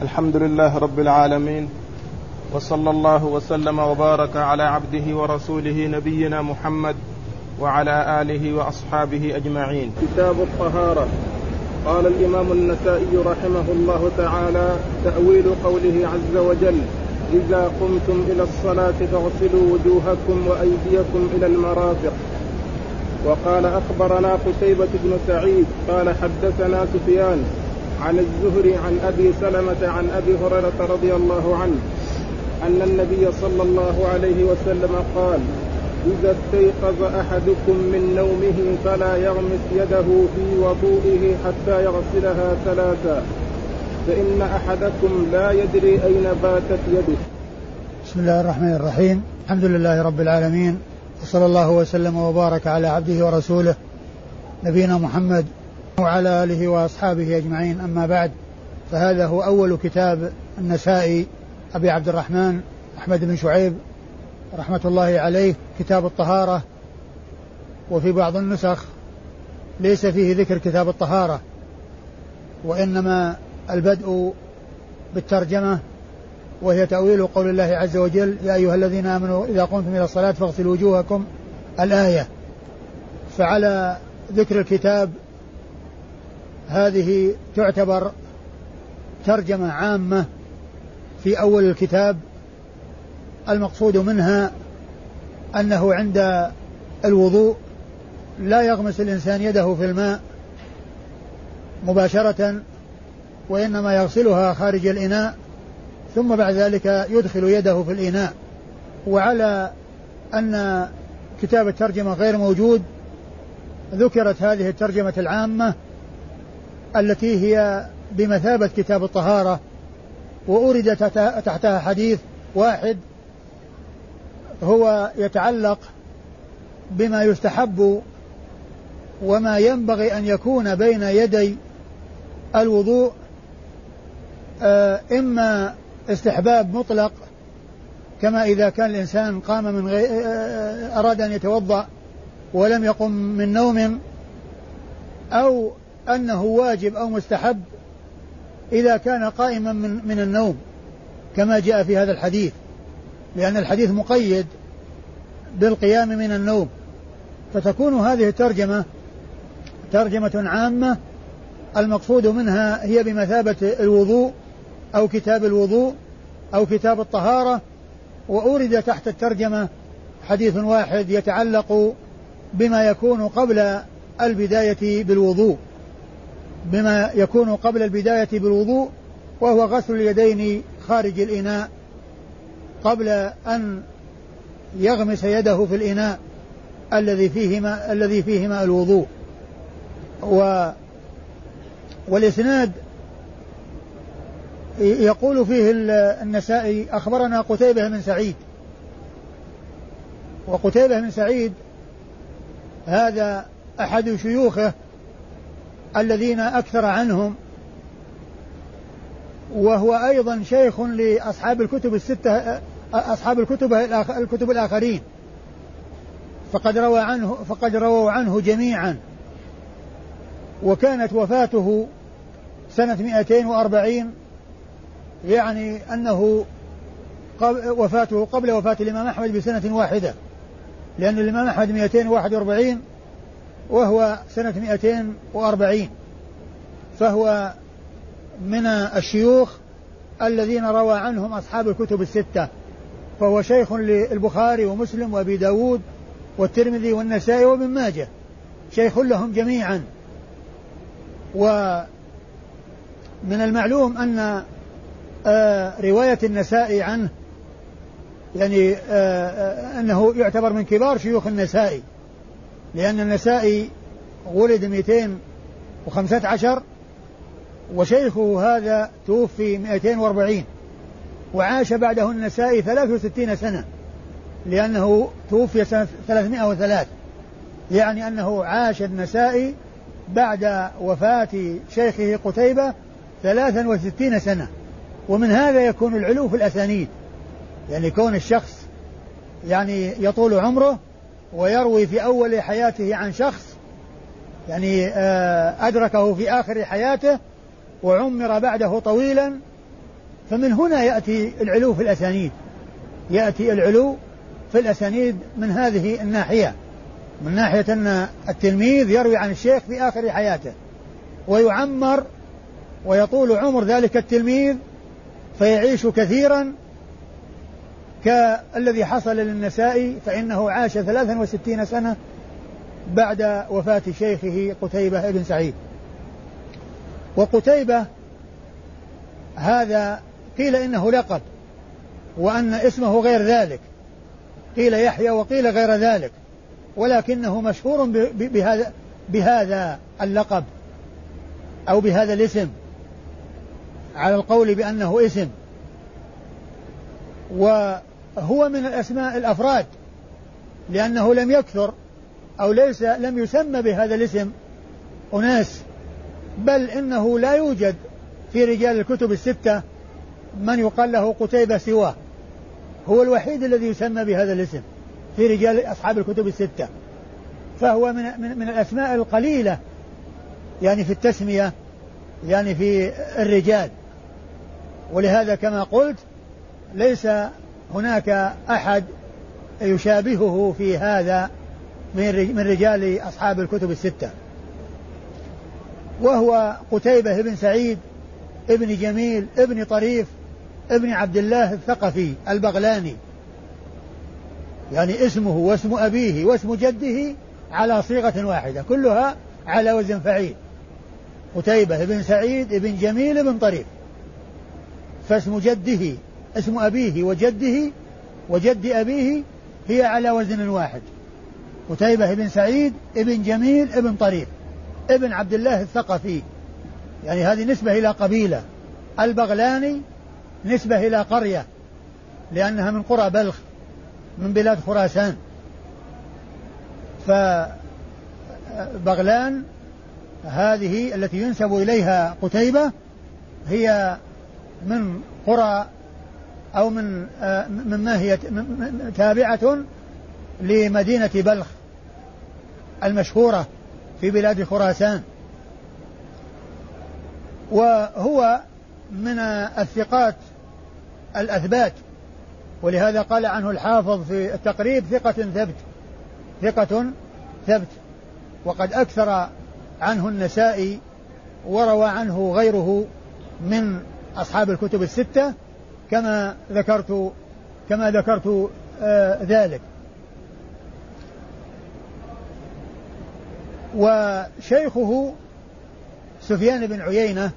الحمد لله رب العالمين، وصلى الله وسلم وبارك على عبده ورسوله نبينا محمد وعلى آله وأصحابه أجمعين. كتاب الطهارة. قال الإمام النسائي رحمه الله تعالى: تأويل قوله عز وجل: إذا قمتم إلى الصلاة فاغسلوا وجوهكم وأيديكم إلى المرافق. وقال: أخبرنا قتيبة بن سعيد قال حدثنا سفيان عن الزهري عن أبي سلمة عن أبي هريرة رضي الله عنه أن النبي صلى الله عليه وسلم قال: إذا استيقظ أحدكم من نومه فلا يغمس يده في وضوئه حتى يغسلها ثلاثا، فإن أحدكم لا يدري أين باتت يده. بسم الله الرحمن الرحيم. الحمد لله رب العالمين، وصلى الله وسلم وبارك على عبده ورسوله نبينا محمد وعلى آله وأصحابه أجمعين. أما بعد، فهذا هو أول كتاب النسائي أبي عبد الرحمن أحمد بن شعيب رحمة الله عليه، كتاب الطهارة. وفي بعض النسخ ليس فيه ذكر كتاب الطهارة، وإنما البدء بالترجمة، وهي تأويل قول الله عز وجل: يا أيها الذين آمنوا إذا قمتم إلى الصلاة فاغسلوا وجوهكم، الآية. فعلى ذكر الكتاب هذه تعتبر ترجمة عامة في أول الكتاب، المقصود منها أنه عند الوضوء لا يغمس الإنسان يده في الماء مباشرة، وإنما يغسلها خارج الإناء، ثم بعد ذلك يدخل يده في الإناء. وعلى أن كتاب الترجمة غير موجود، ذكرت هذه الترجمة العامة التي هي بمثابة كتاب الطهارة، وأورد تحتها حديث واحد هو يتعلق بما يستحب وما ينبغي أن يكون بين يدي الوضوء، إما استحباب مطلق، كما إذا كان الإنسان قام من أراد أن يتوضأ ولم يقم من نوم، أو أنه واجب أو مستحب إذا كان قائما من النوم، كما جاء في هذا الحديث، لأن الحديث مقيد بالقيام من النوم. فتكون هذه الترجمة ترجمة عامة، المقصود منها هي بمثابة الوضوء أو كتاب الوضوء أو كتاب الطهارة. وأورد تحت الترجمة حديث واحد يتعلق بما يكون قبل البداية بالوضوء، وهو غسل اليدين خارج الإناء قبل أن يغمس يده في الإناء الذي فيهما الوضوء. والإسناد يقول فيه النسائي: أخبرنا قتيبة بن سعيد. وقتيبة بن سعيد هذا أحد شيوخه الذين أكثر عنهم، وهو أيضا شيخ لأصحاب الكتب الستة، أصحاب الكتب الآخرين، فقد رووا عنه جميعا. وكانت وفاته سنة 240، يعني أنه وفاته قبل وفاة الإمام أحمد بسنة واحدة، لأن الإمام أحمد 241 وهو سنة 240، فهو من الشيوخ الذين روى عنهم أصحاب الكتب الستة، فهو شيخ للبخاري ومسلم وأبي داود والترمذي والنسائي وابن ماجه، شيخ لهم جميعا. ومن المعلوم أن رواية النسائي عنه يعني أنه يعتبر من كبار شيوخ النسائي، لأن النسائي ولد 215 وشيخه هذا توفي 240، وعاش بعده النسائي 63 سنة، لأنه توفي سنة 303، يعني أنه عاش النسائي بعد وفاة شيخه قتيبة 63 سنة. ومن هذا يكون العلو في الأسانيد، يعني كون الشخص يعني يطول عمره ويروي في أول حياته عن شخص يعني أدركه في آخر حياته وعمر بعده طويلا، فمن هنا يأتي العلو في الأسانيد، يأتي العلو في الأسانيد من هذه الناحية، من ناحية أن التلميذ يروي عن الشيخ في آخر حياته ويعمر ويطول عمر ذلك التلميذ فيعيش كثيرا، كالذي حصل للنسائي فإنه عاش 63 سنة بعد وفاة شيخه قتيبة بن سعيد. وقتيبة هذا قيل إنه لقب وأن اسمه غير ذلك، قيل يحيى وقيل غير ذلك، ولكنه مشهور بهذا اللقب أو بهذا الاسم على القول بأنه اسم. وهو من الأسماء الأفراد لأنه لم يكثر أو لم يسمى بهذا الاسم أناس، بل إنه لا يوجد في رجال الكتب الستة من يقال له قتيبة سواه، هو الوحيد الذي يسمى بهذا الاسم في رجال أصحاب الكتب الستة، فهو من الأسماء القليلة يعني في التسمية يعني في الرجال. ولهذا كما قلت ليس هناك أحد يشابهه في هذا من رجال أصحاب الكتب الستة. وهو قتيبة بن سعيد ابن جميل ابن طريف ابن عبد الله الثقفي البغلاني، يعني اسمه واسم أبيه واسم جده على صيغة واحدة كلها على وزن فعيل، قتيبة بن سعيد ابن جميل ابن طريف، فاسم جده اسم أبيه وجده وجد أبيه هي على وزن واحد، قتيبة بن سعيد ابن جميل ابن طريف ابن عبد الله الثقفي، يعني هذه نسبة إلى قبيلة، البغلاني نسبة إلى قرية لأنها من قرى بلخ من بلاد خراسان، فبغلان هذه التي ينسب إليها قتيبة هي من قرى أو مما هي تابعة لمدينة بلخ المشهورة في بلاد خراسان. وهو من الثقات الأثبات، ولهذا قال عنه الحافظ في التقريب ثقة ثبت، وقد أكثر عنه النسائي وروى عنه غيره من أصحاب الكتب الستة كما ذكرت ذلك. وشيخه سفيان بن عيينة،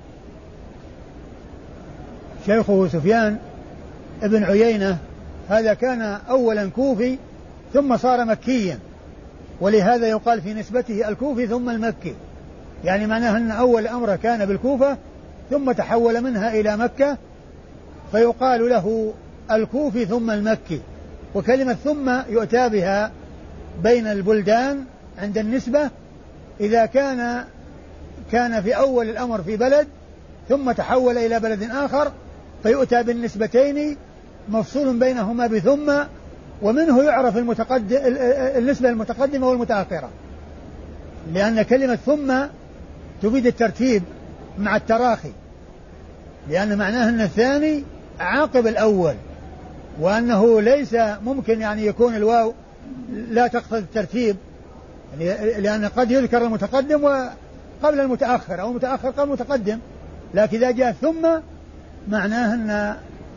شيخه سفيان بن عيينة هذا كان أولا كوفي ثم صار مكيا، ولهذا يقال في نسبته الكوفي ثم المكي، يعني معناه أن أول أمره كان بالكوفة ثم تحول منها إلى مكة فيقال له الكوفي ثم المكي. وكلمة ثم يؤتى بها بين البلدان عند النسبة إذا كان في أول الأمر في بلد ثم تحول إلى بلد آخر فيؤتى بالنسبتين مفصول بينهما بثم، ومنه يعرف النسبة المتقدمة والمتأخرة، لأن كلمة ثم تفيد الترتيب مع التراخي، لأن معناه أن الثاني عاقب الأول، وأنه ليس ممكن يعني يكون الواو لا تقتضي الترتيب، يعني لأن قد يذكر المتقدم وقبل المتأخر أو المتأخر قبل المتقدم، لكن إذا جاء ثم معناه أن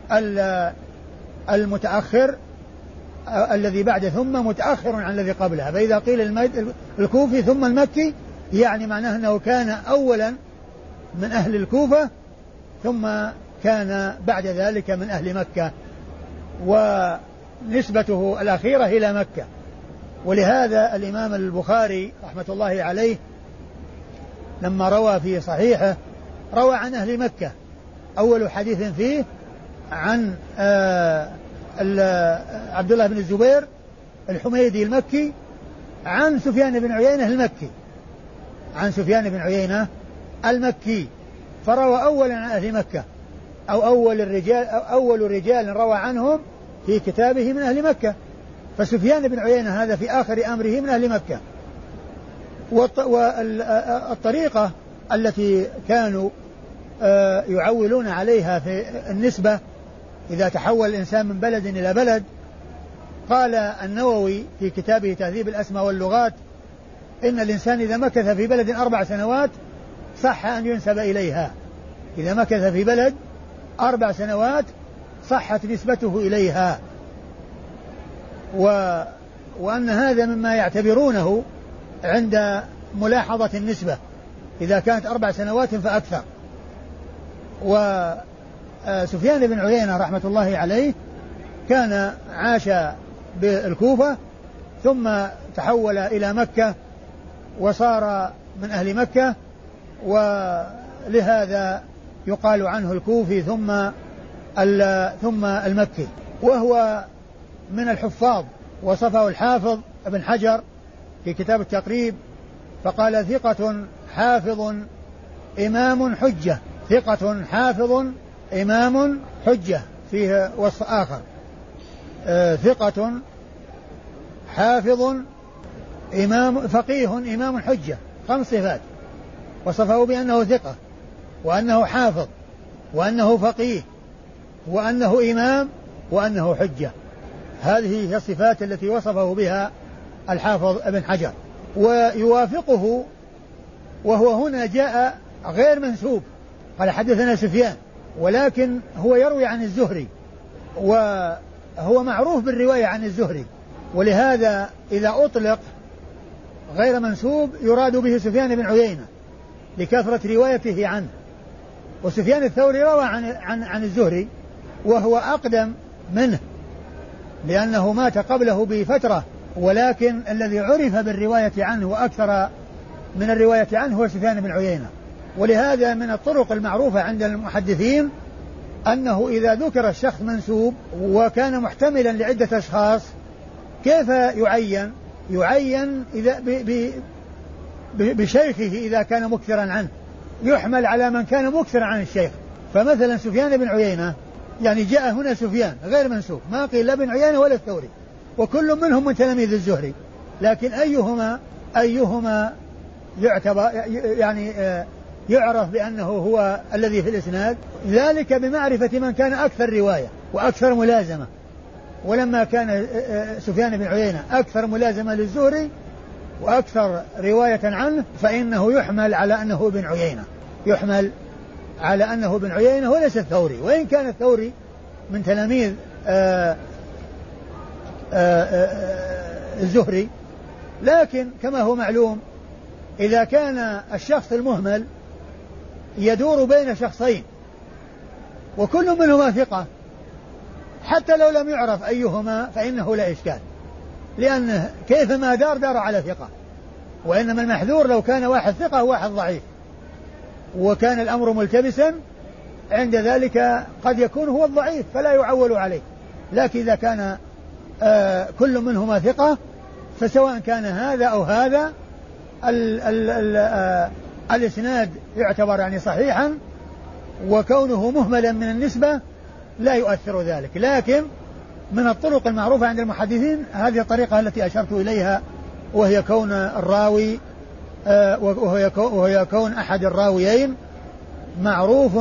المتأخر الذي بعد ثم متأخر عن الذي قبلها. فإذا قيل الكوفي ثم المكي يعني معناه أنه كان أولا من أهل الكوفة ثم كان بعد ذلك من أهل مكة، ونسبته الأخيرة إلى مكة. ولهذا الإمام البخاري رحمة الله عليه لما روى في صحيحه روى عن أهل مكة، أول حديث فيه عن عبد الله بن الزبير الحميدي المكي عن سفيان بن عيينة المكي، عن سفيان بن عيينة المكي، فروى أولا عن أهل مكة أو أول رجال روى عنهم في كتابه من أهل مكة، فسفيان بن عيينة هذا في آخر أمره من أهل مكة. والطريقة التي كانوا يعولون عليها في النسبة إذا تحول الإنسان من بلد إلى بلد. قال النووي في كتابه تهذيب الأسماء واللغات إن الإنسان إذا مكث في بلد 4 سنوات صح أن ينسب إليها. إذا مكث في بلد 4 سنوات صحت نسبته إليها، وأن هذا مما يعتبرونه عند ملاحظة النسبة إذا كانت 4 سنوات فأكثر. وسفيان بن عيينة رحمة الله عليه كان عاش بالكوفة ثم تحول إلى مكة وصار من أهل مكة، ولهذا يقال عنه الكوفي ثم المكي، وهو من الحفاظ. وصفه الحافظ ابن حجر في كتاب التقريب فقال ثقة حافظ إمام حجة. ثقة حافظ إمام حجة، فيه وصف آخر ثقة حافظ إمام فقيه إمام حجة، 5 صفات. وصفه بأنه ثقة وأنه حافظ وأنه فقيه وأنه إمام وأنه حجة. هذه هي الصفات التي وصفه بها الحافظ ابن حجر. ويوافقه وهو هنا جاء غير منسوب، قال حدثنا سفيان، ولكن هو يروي عن الزهري وهو معروف بالرواية عن الزهري، ولهذا إذا أطلق غير منسوب يراد به سفيان بن عيينة لكثرة روايته عنه. وسفيان الثوري روى عن الزهري وهو أقدم منه لأنه مات قبله بفترة، ولكن الذي عرف بالرواية عنه وأكثر من الرواية عنه هو سفيان بن عيينة. ولهذا من الطرق المعروفة عند المحدثين أنه إذا ذكر الشخص منسوب وكان محتملا لعدة أشخاص كيف يعين إذا بشيخه إذا كان مكثرا عنه، يحمل على من كان مكثرا عن الشيخ. فمثلا سفيان بن عيينة يعني جاء هنا سفيان غير منسوب، ما قيل لا بن عيينة ولا الثوري، وكل منهم من تلاميذ الزهري، لكن أيهما يعتبر يعني يعرف بأنه هو الذي في الإسناد، ذلك بمعرفة من كان أكثر رواية وأكثر ملازمة. ولما كان سفيان بن عيينة أكثر ملازمة للزهري وأكثر رواية عنه فإنه يحمل على أنه ابن عيينة، يحمل على أنه ابن عيينة وليس الثوري، وإن كان الثوري من تلاميذ الزهري. لكن كما هو معلوم إذا كان الشخص المهمل يدور بين شخصين وكل منهما ثقة حتى لو لم يعرف أيهما فإنه لا إشكال، لأنه كيفما دار على ثقة. وإنما المحذور لو كان واحد ثقة وواحد ضعيف وكان الأمر ملتبسا، عند ذلك قد يكون هو الضعيف فلا يعول عليه. لكن إذا كان كل منهما ثقة فسواء كان هذا أو هذا الإسناد يعتبر يعني صحيحا، وكونه مهملا من النسبة لا يؤثر ذلك. لكن من الطرق المعروفة عند المحدثين هذه الطريقة التي أشرت إليها، وهي كون الراوي وهي كون أحد الراويين معروف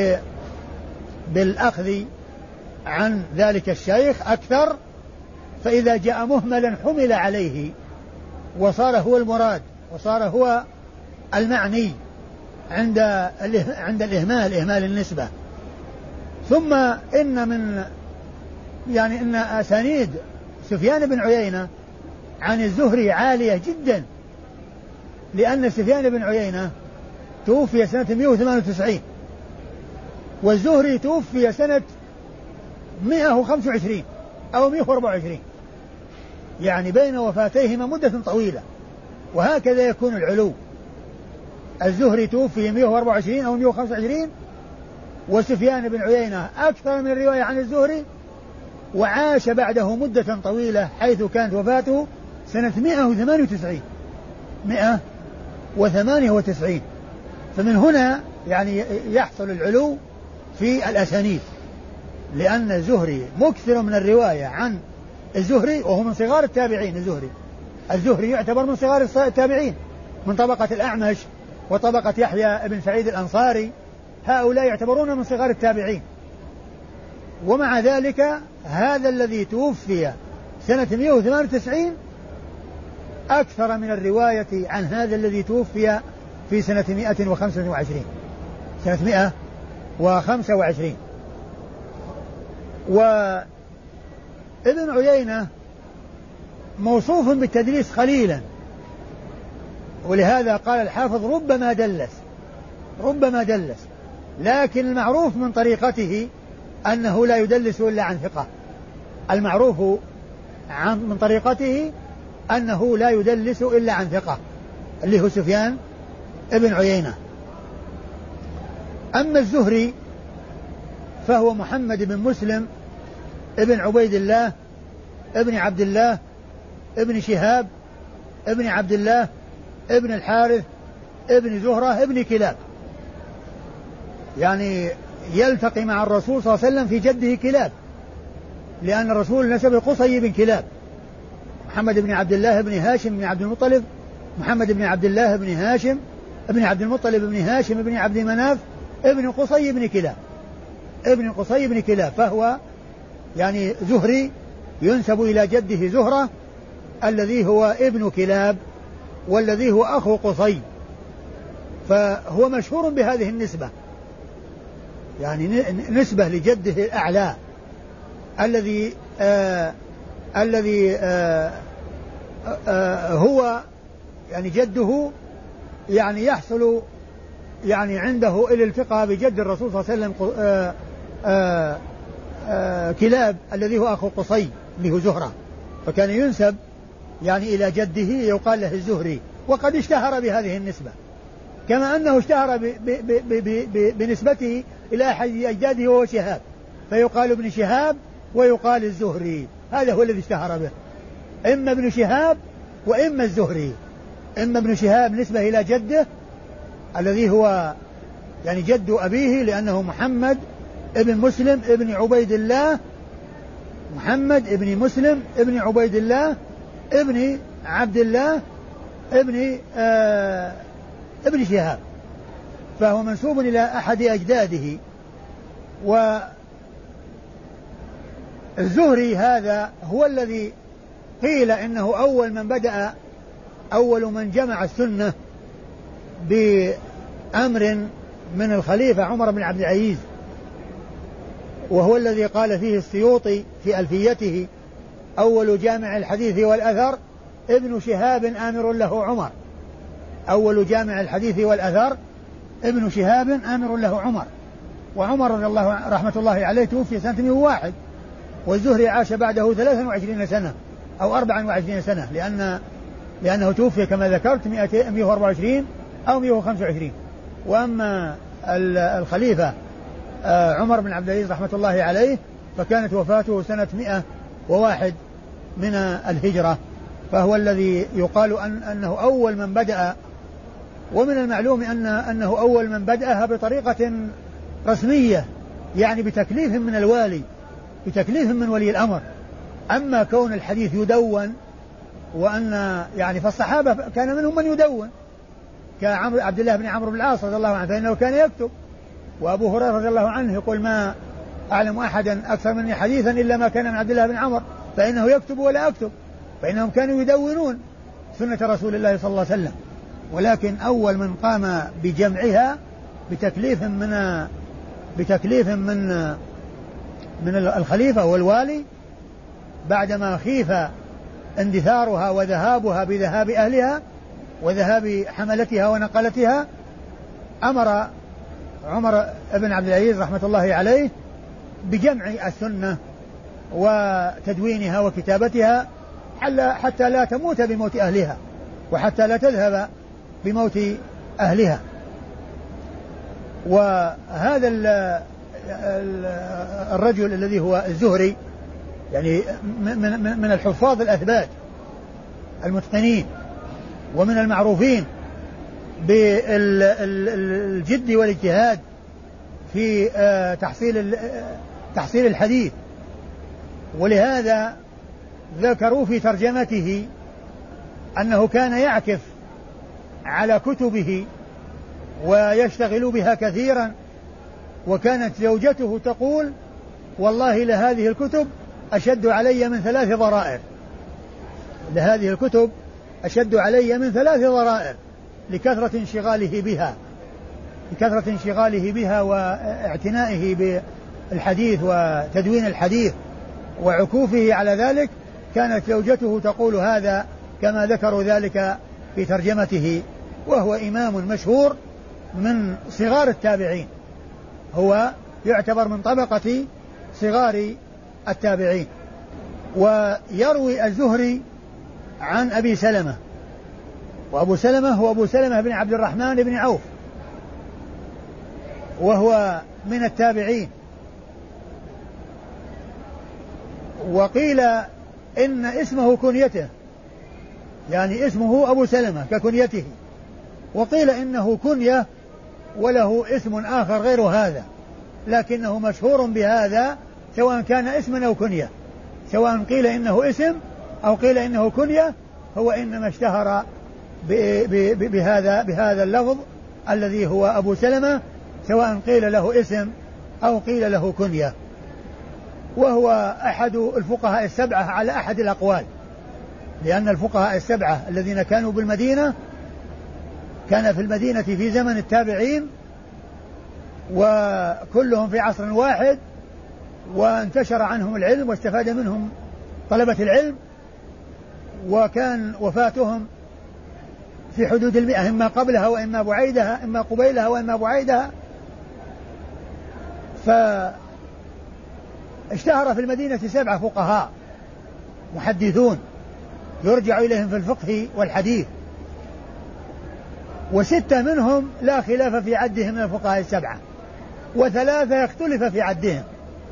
بالأخذ عن ذلك الشيخ أكثر، فإذا جاء مهملا حمل عليه وصار هو المراد وصار هو المعني عند إهمال النسبة. ثم إن أسانيد سفيان بن عيينة عن الزهري عالية جدا، لأن سفيان بن عيينة توفي سنة 198 والزهري توفي سنة 125 أو 124، يعني بين وفاتيهما مدة طويلة، وهكذا يكون العلو. الزهري توفي 124 أو 125 وسفيان بن عيينة أكثر من رواية عن الزهري وعاش بعده مدة طويلة حيث كانت وفاته سنة 198. فمن هنا يعني يحصل العلو في الأسانيد، لأن الزهري مكثر من الرواية عن الزهري وهو من صغار التابعين. الزهري يعتبر من صغار التابعين، من طبقة الأعمش وطبقة يحيى بن سعيد الأنصاري هؤلاء يعتبرون من صغار التابعين. ومع ذلك هذا الذي توفي سنة 198 أكثر من الرواية عن هذا الذي توفي في سنة 125. سنة 125. وابن عيينة موصوف بالتدليس خليلا، ولهذا قال الحافظ ربما دلس، لكن المعروف من طريقته أنه لا يدلس إلا عن ثقة. المعروف من طريقته أنه لا يدلس إلا عن ثقة، اللي هو سفيان ابن عيينة. أما الزهري فهو محمد بن مسلم ابن عبيد الله ابن عبد الله ابن شهاب ابن عبد الله ابن الحارث ابن زهرة ابن كلاب، يعني يلتقي مع الرسول صلى الله عليه وسلم في جده كلاب، لأن الرسول نسب قصي بن كلاب. محمد بن عبد الله بن هاشم بن عبد المطلب، محمد بن عبد الله بن هاشم ابن عبد المطلب بن هاشم بن عبد مناف ابن قصي بن كلاب، فهو يعني زهري ينسب إلى جده زهرة الذي هو ابن كلاب والذي هو أخو قصي، فهو مشهور بهذه النسبة، يعني نسبة لجده الأعلى الذي هو يعني جده يعني يحصل يعني عنده الالتقاء بجد الرسول صلى الله عليه وسلم كلاب الذي هو أخو قصي اللي هو زهرة، فكان ينسب يعني إلى جده يقال له الزهري، وقد اشتهر بهذه النسبة، كما أنه اشتهر بنسبته إلى أحد أجداده وهو شهاب، فيقال ابن شهاب ويقال الزهري، هذا هو الذي اشتهر به، إما ابن شهاب وإما الزهري. إما ابن شهاب نسبة إلى جده الذي هو يعني جد أبيه، لأنه محمد ابن مسلم ابن عبيد الله، محمد ابن مسلم ابن عبيد الله ابن عبد الله ابن شهاب، فهو منسوب إلى أحد أجداده. والزهري هذا هو الذي قيل إنه أول من جمع السنة بأمر من الخليفة عمر بن عبد العزيز، وهو الذي قال فيه السيوطي في ألفيته: أول جامع الحديث والأثر ابن شهاب آمر له عمر. أول جامع الحديث والأثر ابن شهاب آمر له عمر. وعمر رضي الله رحمة الله عليه توفي سنة 101، والزهري عاش بعده 23 سنة أو 24 سنة، لأنه توفي كما ذكرت 124 أو 125. وأما الخليفة عمر بن عبد العزيز رحمة الله عليه فكانت وفاته سنة 101 من الهجرة، فهو الذي يقال أنه أول من بدأ. ومن المعلوم أنه أول من بدأها بطريقة رسمية، يعني بتكليف من الوالي، بتكليف من ولي الأمر. أما كون الحديث يدون وأن يعني فالصحابة كان منهم من يدون عبد الله بن عمرو بن العاص رضي الله عنه فإنه كان يكتب، وأبو هريرة رضي الله عنه يقول: ما أعلم أحدا أكثر مني حديثا إلا ما كان من عبد الله بن عمرو فإنه يكتب ولا أكتب، فإنهم كانوا يدونون سنة رسول الله صلى الله عليه وسلم. ولكن أول من قام بجمعها بتكليف من الخليفة والوالي بعدما خيف اندثارها وذهابها بذهاب أهلها وذهاب حملتها ونقلتها، أمر عمر بن عبد العزيز رحمة الله عليه بجمع السنة وتدوينها وكتابتها حتى لا تموت بموت أهلها وحتى لا تذهب بموت أهلها. وهذا الرجل الذي هو الزهري يعني من الحفاظ الأثبات المتقنين ومن المعروفين بالجد والاجتهاد في تحصيل الحديث، ولهذا ذكروا في ترجمته أنه كان يعكف على كتبه ويشتغل بها كثيرا وكانت زوجته تقول والله لهذه الكتب أشد علي من 3 ضرائر، لهذه الكتب أشد علي من 3 ضرائر لكثرة انشغاله بها واعتنائه بالحديث وتدوين الحديث وعكوفه على ذلك. كانت زوجته تقول هذا كما ذكروا ذلك في ترجمته. وهو إمام مشهور من صغار التابعين، هو يعتبر من طبقة صغار التابعين. ويروي الزهري عن أبي سلمة، وأبو سلمة هو أبو سلمة بن عبد الرحمن بن عوف، وهو من التابعين. وقيل إن اسمه كنيته، يعني اسمه أبو سلمة ككنيته، وقيل إنه كنية وله اسم آخر غير هذا، لكنه مشهور بهذا سواء كان اسما أو كنية، سواء قيل إنه اسم أو قيل إنه كنية، هو إنما اشتهر بهذا اللفظ الذي هو أبو سلمة، سواء قيل له اسم أو قيل له كنية. وهو أحد الفقهاء 7 على أحد الأقوال، لأن الفقهاء 7 الذين كانوا بالمدينة كان في المدينة في زمن التابعين، وكلهم في عصر واحد، وانتشر عنهم العلم واستفاد منهم طلبة العلم، وكان وفاتهم في حدود 100، إما قبلها وإما بعيدها، إما قبيلها وإما بعيدها. فاشتهر في المدينة 7 فقهاء محدثون يرجع إليهم في الفقه والحديث، و6 منهم لا خلاف في عدهم من الفقهاء 7، و3 يختلف في عدهم.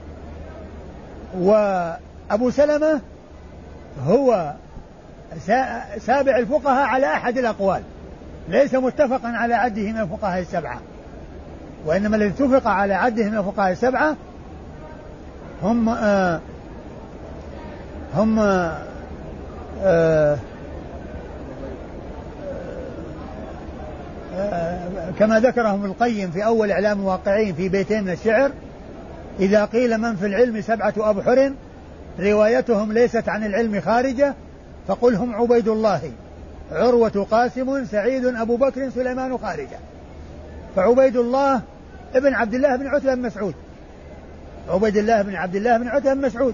وأبو سلمة هو 7 الفقهاء على أحد الأقوال، ليس متفقا على عده من الفقهاء 7، وإنما الذي اتفق على عده من الفقهاء 7 هم كما ذكرهم القيم في أول إعلام الواقعين في بيتين من الشعر: إذا قيل من في العلم 7 أبحر روايتهم ليست عن العلم خارجة، فقل هم عبيد الله عروة قاسم سعيد أبو بكر سليمان خارجة. فعبيد الله ابن عبد الله بن عتبة بن مسعود، عبيد الله بن عبد الله بن عتبة بن مسعود،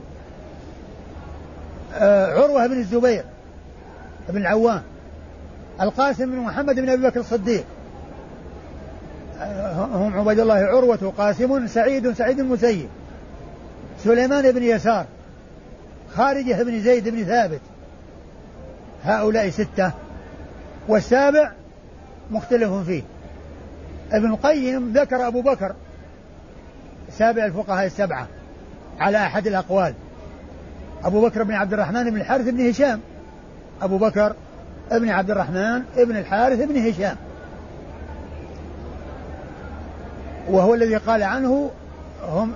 عروة بن الزبير بن العوام، القاسم بن محمد بن أبي بكر الصديق، هم عبيد الله عروة قاسم سعيد المسيب، سليمان بن يسار، خارجة بن زيد بن ثابت. هؤلاء 6، والسابع مختلف فيه. ابن القيم ذكر أبو بكر 7 الفقهاء 7 على أحد الأقوال: أبو بكر بن عبد الرحمن بن الحارث بن هشام، أبو بكر ابن عبد الرحمن ابن الحارث بن هشام، وهو الذي قال عنه هم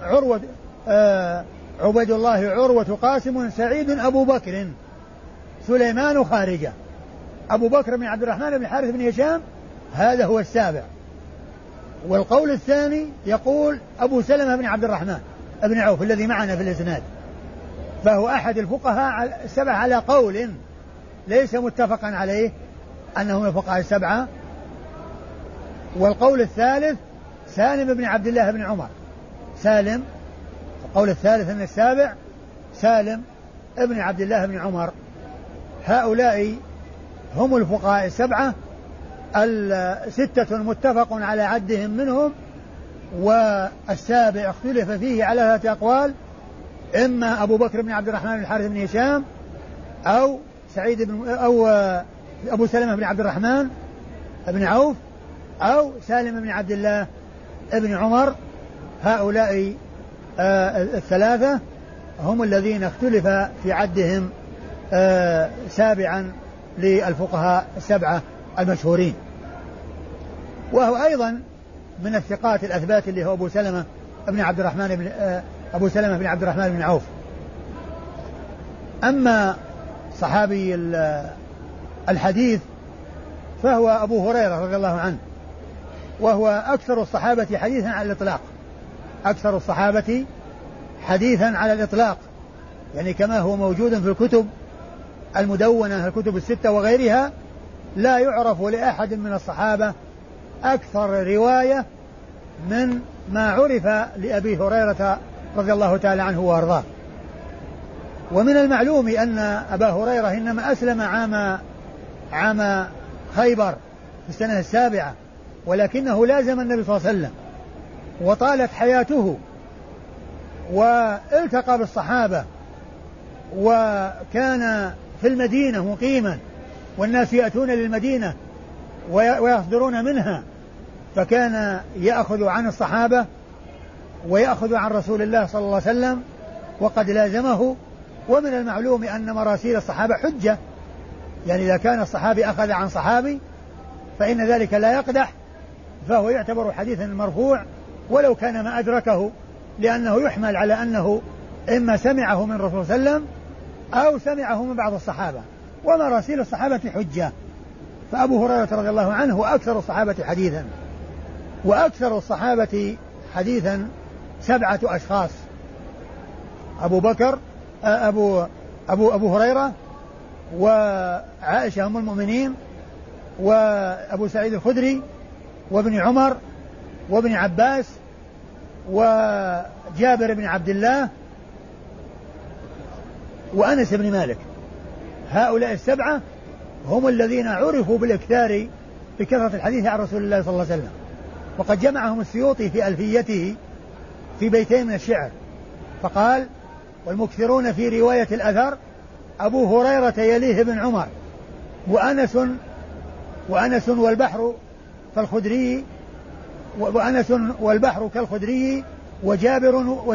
عبيد الله عروة قاسم سعيد أبو بكر سليمان خارجة. أبو بكر بن عبد الرحمن بن الحارث بن هشام هذا هو السابع. والقول الثاني يقول أبو سلمة بن عبد الرحمن بن عوف الذي معنا في الإسناد، فهو أحد الفقهاء 7 على قول ليس متفقا عليه أنه من الفقهاء 7. والقول الثالث سالم بن عبد الله بن عمر، سالم، القول الثالث أن السابع سالم ابن عبد الله بن عمر. هؤلاء هم الفقهاء 7 6 متفق على عدهم منهم، والسابع اختلف فيه على 3 أقوال: إما أبو بكر بن عبد الرحمن بن الحارث بن هشام، أو أبو سلمة بن عبد الرحمن بن عوف، أو سالم بن عبد الله بن عمر. هؤلاء 3 هم الذين اختلف في عدهم سابعا للفقهاء 7 المشهورين. وهو أيضا من الثقات الأثبات اللي هو أبو سلمة بن عبد الرحمن بن عوف. أما صحابي الحديث فهو أبو هريرة رضي الله عنه، وهو أكثر الصحابة حديثا على الإطلاق، أكثر الصحابة حديثا على الإطلاق، يعني كما هو موجود في الكتب المدونة، الكتب الستة وغيرها، لا يعرف لأحد من الصحابة أكثر رواية من ما عرف لأبي هريرة رضي الله تعالى عنه وأرضاه. ومن المعلوم أن أبا هريرة إنما أسلم عام خيبر في السنة 7، ولكنه لازم النبي صلى الله عليه وسلم وطالت حياته والتقى بالصحابة، وكان في المدينة مقيما والناس يأتون للمدينة ويصدرون منها، فكان يأخذ عن الصحابة ويأخذ عن رسول الله صلى الله عليه وسلم وقد لازمه. ومن المعلوم أن مراسيل الصحابة حجة، يعني إذا كان الصحابي أخذ عن صحابي فإن ذلك لا يقدح، فهو يعتبر حديثا مرفوع ولو كان ما أدركه، لأنه يحمل على أنه إما سمعه من رسول صلى الله عليه وسلم أو سمعه من بعض الصحابة، ومراسيل الصحابة حجة. فأبو هريرة رضي الله عنه هو أكثر الصحابة حديثا، وأكثر الصحابة حديثا 7 أشخاص: أبو بكر أبو هريرة، وعائشة أم المؤمنين، وأبو سعيد الخدري، وابن عمر، وابن عباس، وجابر بن عبد الله، وأنس بن مالك. هؤلاء 7 هم الذين عرفوا بالإكثار بكثرة الحديث عن رسول الله صلى الله عليه وسلم. وقد جمعهم السيوطي في ألفيته في بيتين من الشعر، فقال: والمكثرون في رواية الأثر أبو هريرة يليه ابن عمر، وأنس والبحر كالخدري، وجابر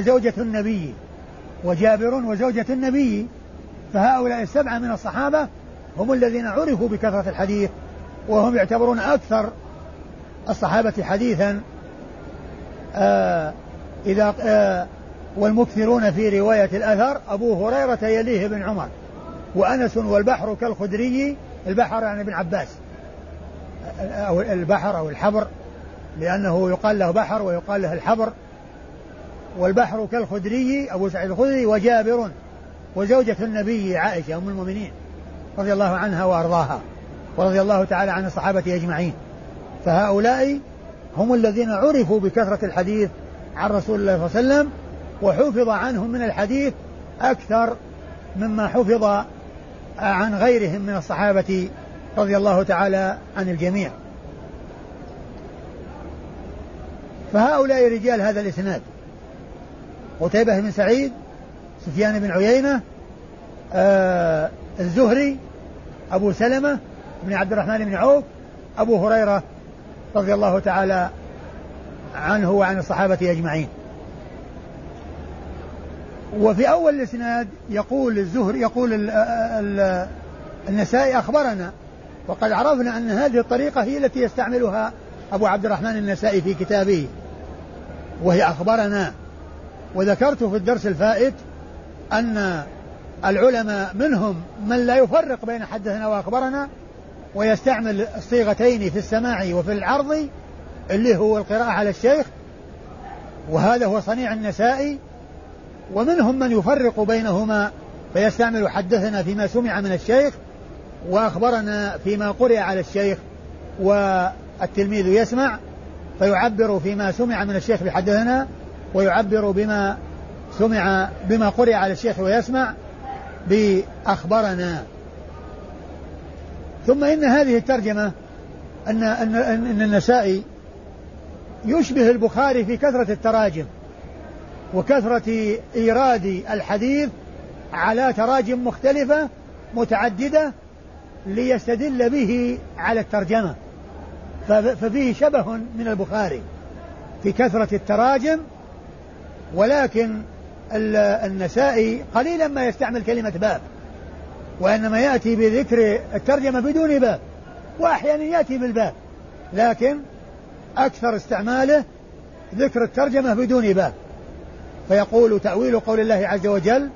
وزوجة النبي. فهؤلاء 7 من الصحابة هم الذين عرفوا بكثرة الحديث، وهم يعتبرون أكثر الصحابة حديثا. والمكثرون في رواية الأثر أبو هريرة يليه ابن عمر، وأنس والبحر كالخدري، البحر يعني ابن عباس، أو البحر أو الحبر، لأنه يقال له بحر ويقال له الحبر. والبحر كالخدري أبو سعيد الخدري، وجابر وزوجة النبي عائشة أم المؤمنين رضي الله عنها وأرضاها، ورضي الله تعالى عن الصحابة أجمعين. فهؤلاء هم الذين عرفوا بكثرة الحديث عن رسول الله صلى الله عليه وسلم، وحفظ عنهم من الحديث أكثر مما حفظ عن غيرهم من الصحابة رضي الله تعالى عن الجميع. فهؤلاء رجال هذا الإسناد: قتيبة بن سعيد، سفيان بن عيينة، الزهري، أبو سلمة بن عبد الرحمن بن عوف، أبو هريرة رضي الله تعالى عنه وعن الصحابة أجمعين. وفي أول الإسناد يقول الزهري، يقول النسائي: أخبرنا. وقد عرفنا أن هذه الطريقة هي التي يستعملها أبو عبد الرحمن النسائي في كتابه، وهي أخبرنا. وذكرت في الدرس الفائت أن العلماء منهم من لا يفرق بين حدثنا وأخبرنا، ويستعمل الصيغتين في السماع وفي العرض، اللي هو القراءة على الشيخ، وهذا هو صنيع النسائي. ومنهم من يفرق بينهما فيستعمل حدثنا فيما سمع من الشيخ، وأخبرنا فيما قرئ على الشيخ، والتلميذ يسمع فيعبر فيما سمع من الشيخ بحدثنا، ويعبر بما قرئ على الشيخ ويسمع بأخبرنا. ثم إن هذه الترجمة أن النسائي يشبه البخاري في كثرة التراجم وكثرة إيراد الحديث على تراجم مختلفة متعددة ليستدل به على الترجمة، ففيه شبه من البخاري في كثرة التراجم، ولكن النسائي قليلا ما يستعمل كلمة باب، وإنما يأتي بذكر الترجمة بدون باب، وأحيانا يأتي بالباب، لكن أكثر استعماله ذكر الترجمة بدون باب. فيقول: تأويل قول الله عز وجل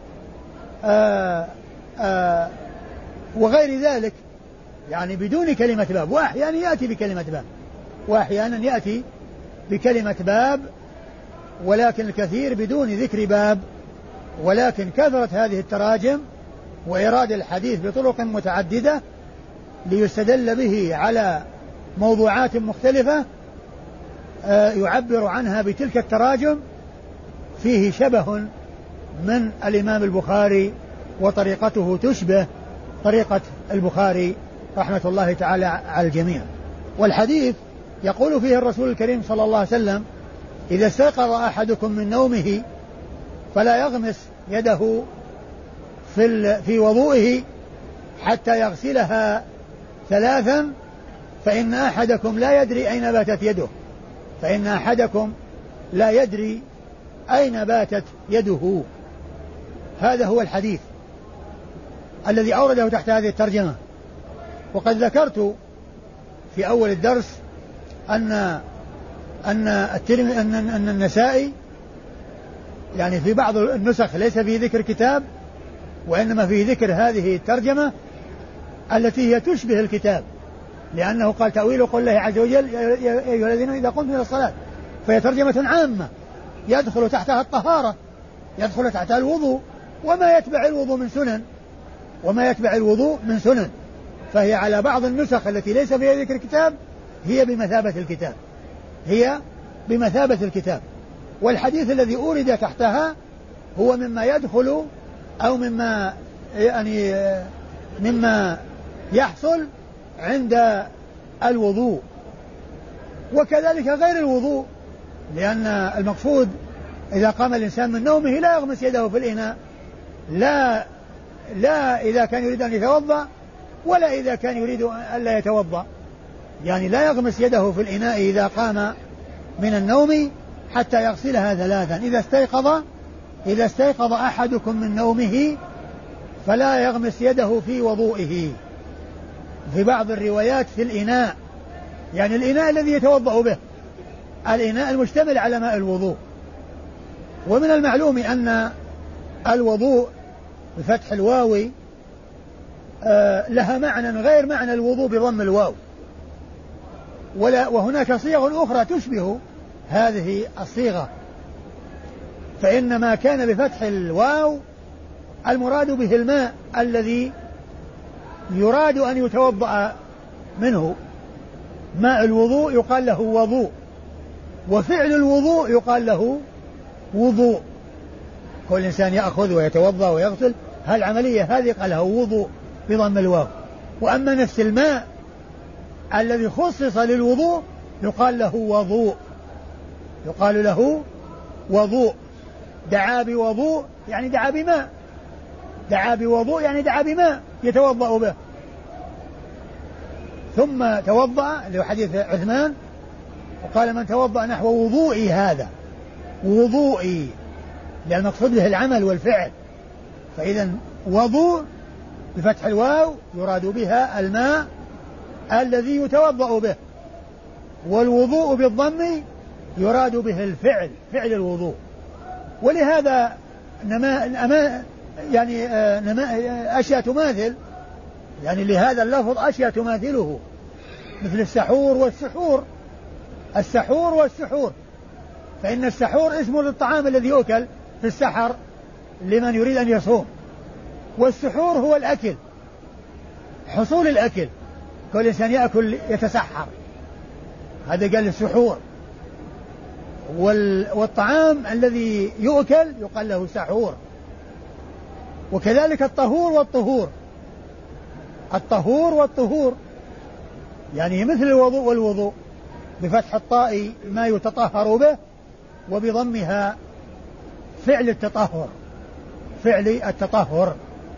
وغير ذلك، يعني بدون كلمة باب. وأحيانا يأتي بكلمة باب، وأحيانا يأتي بكلمة باب ولكن الكثير بدون ذكر باب، ولكن كثرت هذه التراجم وإيراد الحديث بطرق متعددة ليستدل به على موضوعات مختلفة يعبر عنها بتلك التراجم فيه شبه من الإمام البخاري، وطريقته تشبه طريقة البخاري رحمة الله تعالى على الجميع. والحديث يقول فيه الرسول الكريم صلى الله عليه وسلم: إذا استيقظ أحدكم من نومه فلا يغمس يده في وضوئه حتى يغسلها 3، فإن أحدكم لا يدري أين باتت يده، فإن أحدكم لا يدري أين باتت يده. هذا هو الحديث الذي أورده تحت هذه الترجمة. وقد ذكرت في أول الدرس أن النسائي يعني في بعض النسخ ليس فيه ذكر كتاب، وإنما فيه ذكر هذه الترجمة التي هي تشبه الكتاب، لأنه قال: تأويل قول الله عز وجل: يا أيها الذين إذا قمتم إلى الصلاة. فهي ترجمة عامة يدخل تحتها الطهارة، يدخل تحتها الوضوء وما يتبع الوضوء من سنن. فهي على بعض النسخ التي ليس فيها ذكر كتاب هي بمثابة الكتاب. والحديث الذي أورد تحتها هو مما يدخل أو مما يحصل عند الوضوء، وكذلك غير الوضوء، لأن المقصود إذا قام الإنسان من نومه لا يغمس يده في الإناء، لا إذا كان يريد أن يتوضأ ولا إذا كان يريد أن لا يتوضأ، يعني لا يغمس يده في الإناء إذا قام من النوم حتى يغسلها 3. إذا استيقظ أحدكم من نومه فلا يغمس يده في وضوئه. في بعض الروايات في الإناء، يعني الإناء الذي يتوضأ به، الإناء المشتمل على ماء الوضوء. ومن المعلوم أن الوضوء بفتح الواو لها معنى غير معنى الوضوء بضم الواو، وهناك صيغ أخرى تشبه هذه الصيغة، فإن ما كان بفتح الواو المراد به الماء الذي يراد أن يتوضأ منه. ماء الوضوء يقال له وضوء، وفعل الوضوء يقال له وضوء. كل إنسان يأخذ ويتوضأ ويغسل، هالعملية هذه قال له وضوء بضم الواو. وأما نفس الماء الذي خصص للوضوء يقال له وضوء. دعا بوضوء يعني دعا بماء، دعا بوضوء يعني دعا بماء يتوضأ به. ثم توضأ، اللي هو حديث عثمان، وقال: من توضأ نحو وضوئي هذا، وضوئي لأن المقصود به العمل والفعل. فإذا وضوء بفتح الواو يراد بها الماء الذي يتوضأ به، والوضوء بالضم يراد به الفعل، فعل الوضوء. ولهذا أشياء تماثل، يعني لهذا اللفظ أشياء تماثله، مثل السحور والسحور. فإن السحور اسم للطعام الذي يؤكل في السحر لمن يريد أن يصوم، والسحور هو الأكل، حصول الأكل، كل إنسان يأكل يتسحر، هذا قال السحور. والطعام الذي يؤكل يقال له سحور. وكذلك الطهور يعني مثل الوضوء والوضوء، بفتح الطاء ما يتطهر به، وبضمها فعل التطهر.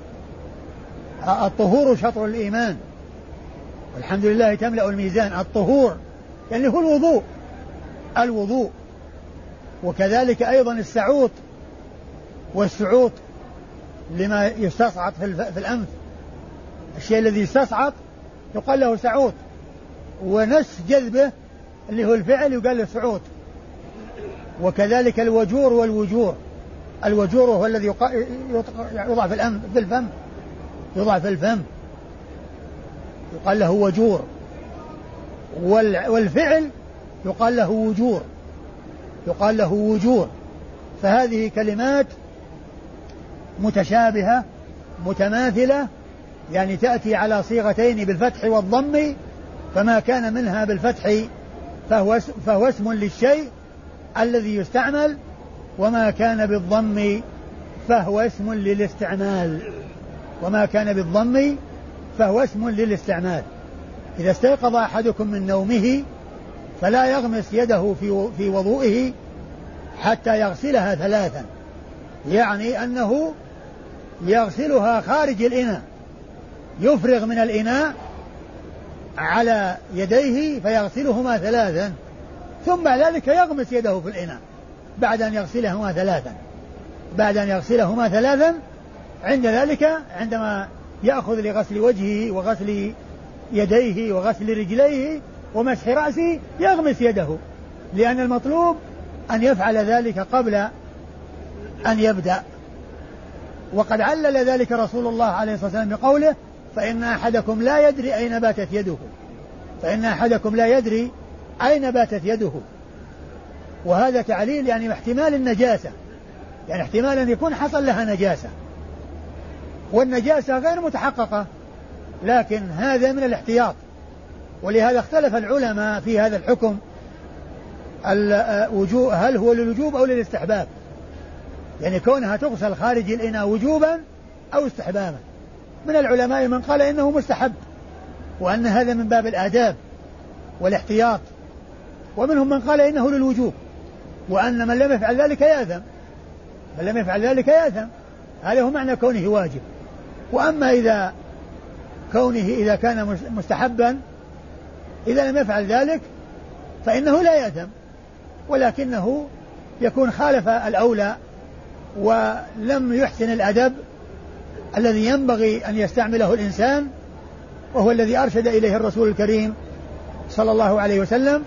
الطهور شطر الإيمان، والحمد لله تملأ الميزان. الطهور يعني هو الوضوء. وكذلك أيضا السعوط، والسعوط لما يستصعد في الأنف، الشيء الذي يستصعد يقال له سعوط، ونس جذبه اللي هو الفعل يقال له سعوط. وكذلك الوجور والوجور، الوجور هو الذي يوضع في الفم يقال له وجور، والفعل يقال له وجور. يقال له وجوه. فهذه كلمات متشابهة متماثلة، يعني تأتي على صيغتين بالفتح والضم، فما كان منها بالفتح فهو اسم للشيء الذي يستعمل، وما كان بالضم فهو اسم للاستعمال. وما كان بالضم فهو اسم للاستعمال. إذا استيقظ أحدكم من نومه فلا يغمس يده في وضوئه حتى يغسلها 3، يعني أنه يغسلها خارج الإناء، يفرغ من الإناء على يديه فيغسلهما 3، ثم بعد ذلك يغمس يده في الإناء بعد أن يغسلهما 3. بعد أن يغسلهما 3 عند ذلك عندما يأخذ لغسل وجهه وغسل يديه وغسل رجليه ومسح رأسه يغمس يده، لأن المطلوب أن يفعل ذلك قبل أن يبدأ. وقد علل ذلك رسول الله عليه الصلاة والسلام بقوله: فإن أحدكم لا يدري أين باتت يده. فإن أحدكم لا يدري أين باتت يده. وهذا تعليل يعني احتمال النجاسة، يعني احتمال أن يكون حصل لها نجاسة، والنجاسة غير متحققة، لكن هذا من الاحتياط. ولهذا اختلف العلماء في هذا الحكم، هل هو للوجوب أو للاستحباب، يعني كونها تغسل خارج الإناء وجوبا أو استحبابا. من العلماء من قال إنه مستحب وأن هذا من باب الآداب والاحتياط، ومنهم من قال إنه للوجوب وأن من لم يفعل ذلك يأثم. من لم يفعل ذلك يأثم، هذا هو معنى كونه واجب. وأما إذا كان مستحبا، إذا لم يفعل ذلك فإنه لا يأثم، ولكنه يكون خالف الأولى ولم يحسن الأدب الذي ينبغي أن يستعمله الإنسان، وهو الذي أرشد إليه الرسول الكريم صلى الله عليه وسلم.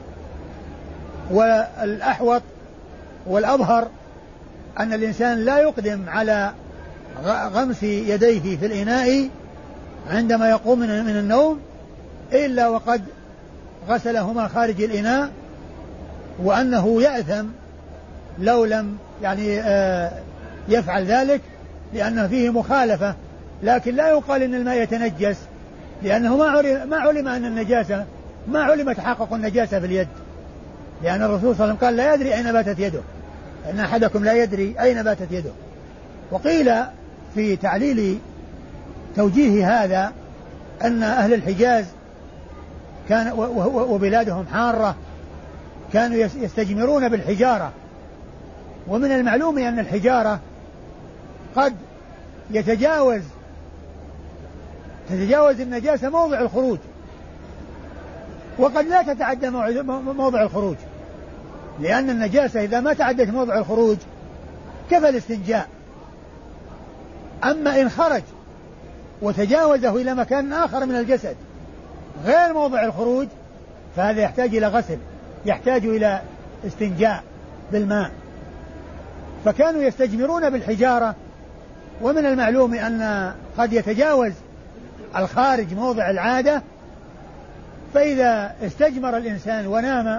والأحوط والأظهر أن الإنسان لا يقدم على غمس يديه في الإناء عندما يقوم من النوم إلا وقد غسلهما خارج الإناء، وأنه يأثم لو لم يفعل ذلك، لأنه فيه مخالفة. لكن لا يقال إن الماء يتنجس، لأنه ما علم أن النجاسة، ما علم تحقق النجاسة في اليد، لأن الرسول صلى الله عليه وسلم قال: لا يدري أين باتت يده، إن أحدكم لا يدري أين باتت يده. وقيل في تعليل توجيه هذا أن أهل الحجاز كان وبلادهم حارة كانوا يستجمرون بالحجارة، ومن المعلوم أن الحجارة قد تتجاوز النجاسة موضع الخروج، وقد لا تتعدى موضع الخروج، لأن النجاسة إذا ما تعدت موضع الخروج كفى الاستنجاء. أما إن خرج وتجاوزه إلى مكان آخر من الجسد غير موضع الخروج فهذا يحتاج إلى غسل، يحتاج إلى استنجاء بالماء. فكانوا يستجمرون بالحجارة، ومن المعلوم أن قد يتجاوز الخارج موضع العادة، فإذا استجمر الإنسان ونام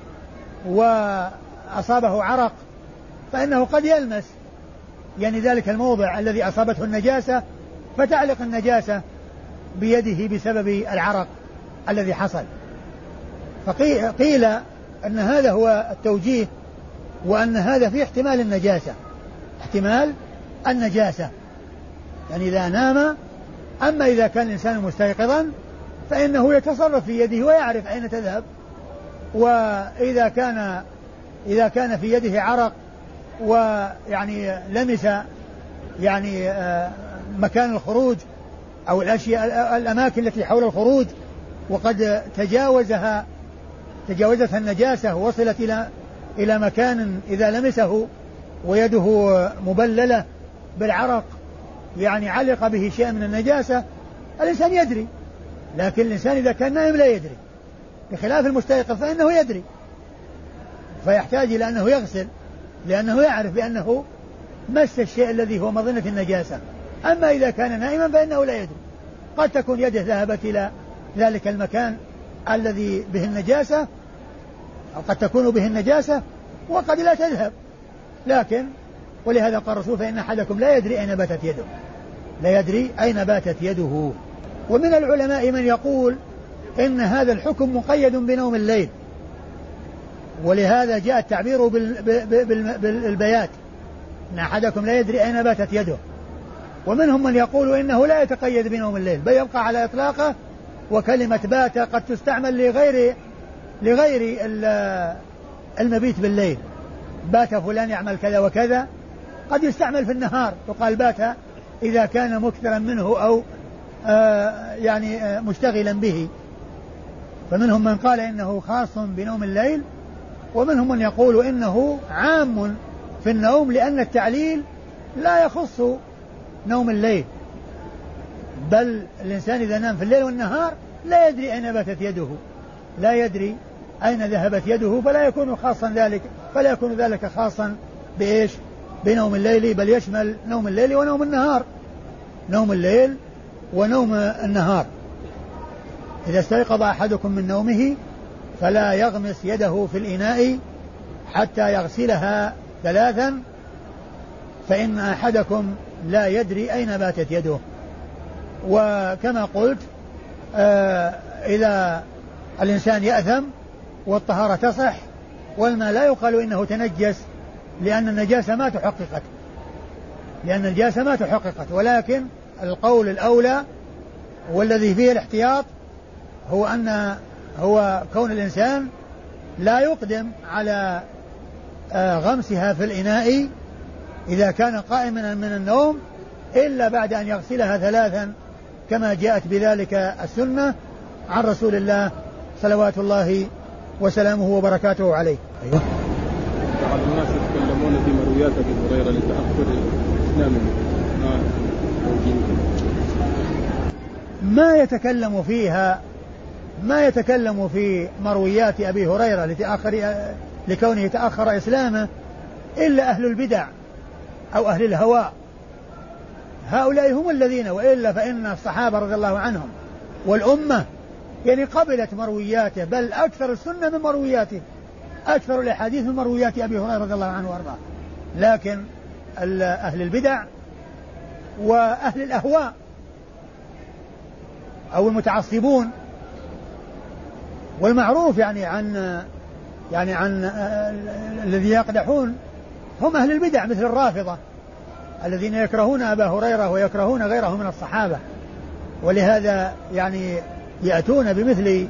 وأصابه عرق فإنه قد يلمس يعني ذلك الموضع الذي أصابته النجاسة، فتعلق النجاسة بيده بسبب العرق الذي حصل. فقيل أن هذا هو التوجيه، وأن هذا فيه احتمال النجاسة، احتمال النجاسة، يعني إذا نام. أما إذا كان الإنسان مستيقظا فإنه يتصرف في يده ويعرف أين تذهب. وإذا كان في يده عرق ويعني لمس يعني مكان الخروج أو الأماكن التي حول الخروج وقد تجاوزتها النجاسة ووصلت إلى مكان إذا لمسه ويده مبللة بالعرق يعني علق به شيء من النجاسة، الإنسان يدري. لكن الإنسان إذا كان نائم لا يدري، بخلاف المستيقظ فإنه يدري، فيحتاج إلى أنه يغسل لأنه يعرف بأنه مس الشيء الذي هو مظنة النجاسة. أما إذا كان نائما فإنه لا يدري، قد تكون يده ذهبت إلى ذلك المكان الذي به النجاسة، أو قد تكون به النجاسة وقد لا تذهب، لكن ولهذا قال الرسول فإن أحدكم لا يدري أين باتت يده، لا يدري أين باتت يده. ومن العلماء من يقول إن هذا الحكم مقيد بنوم الليل، ولهذا جاء التعبير بالبيات، إن أحدكم لا يدري أين باتت يده. ومنهم من يقول إنه لا يتقيد بنوم الليل بل يبقى على إطلاقه، وكلمة بات قد تستعمل لغير المبيت بالليل. بات فلان يعمل كذا وكذا، قد يستعمل في النهار، يقال بات إذا كان مكثرا منه أو يعني مشتغلا به. فمنهم من قال إنه خاص بنوم الليل، ومنهم من يقول إنه عام في النوم، لأن التعليل لا يخص نوم الليل، بل الإنسان إذا نام في الليل والنهار لا يدري أين باتت يده، لا يدري أين ذهبت يده، فلا يكون ذلك خاصا بإيش؟ بنوم الليل، بل يشمل نوم الليل ونوم النهار، نوم الليل ونوم النهار. إذا استيقظ أحدكم من نومه فلا يغمس يده في الإناء حتى يغسلها 3، فإن أحدكم لا يدري أين باتت يده. وكما قلت إذا الإنسان يأثم والطهارة تصح والماء لا يقال إنه تنجس، لأن النجاسة ما تحققت، ولكن القول الأولى والذي فيه الاحتياط هو كون الإنسان لا يقدم على غمسها في الإناء إذا كان قائما من النوم إلا بعد أن يغسلها 3 كما جاءت بذلك السنة عن رسول الله صلوات الله وسلامه وبركاته عليه. أيوة. بعض الناس يتكلمون في مرويات أبي هريرة لتأخر إسلامه، ما يتكلم في مرويات أبي هريرة لكونه تأخر إسلامه إلا أهل البدع أو أهل الهواء، هؤلاء هم الذين، وإلا فإن الصحابة رضي الله عنهم والأمة يعني قبلت مروياته، بل أكثر السنة من مروياته، أكثر الأحاديث من مرويات أبي هريرة رضي الله عنه وأرضاه. لكن أهل البدع وأهل الأهواء أو المتعصبون، والمعروف يعني عن الذي يقدحون هم أهل البدع مثل الرافضة الذين يكرهون أبا هريرة ويكرهون غيره من الصحابة، ولهذا يعني يأتون بمثل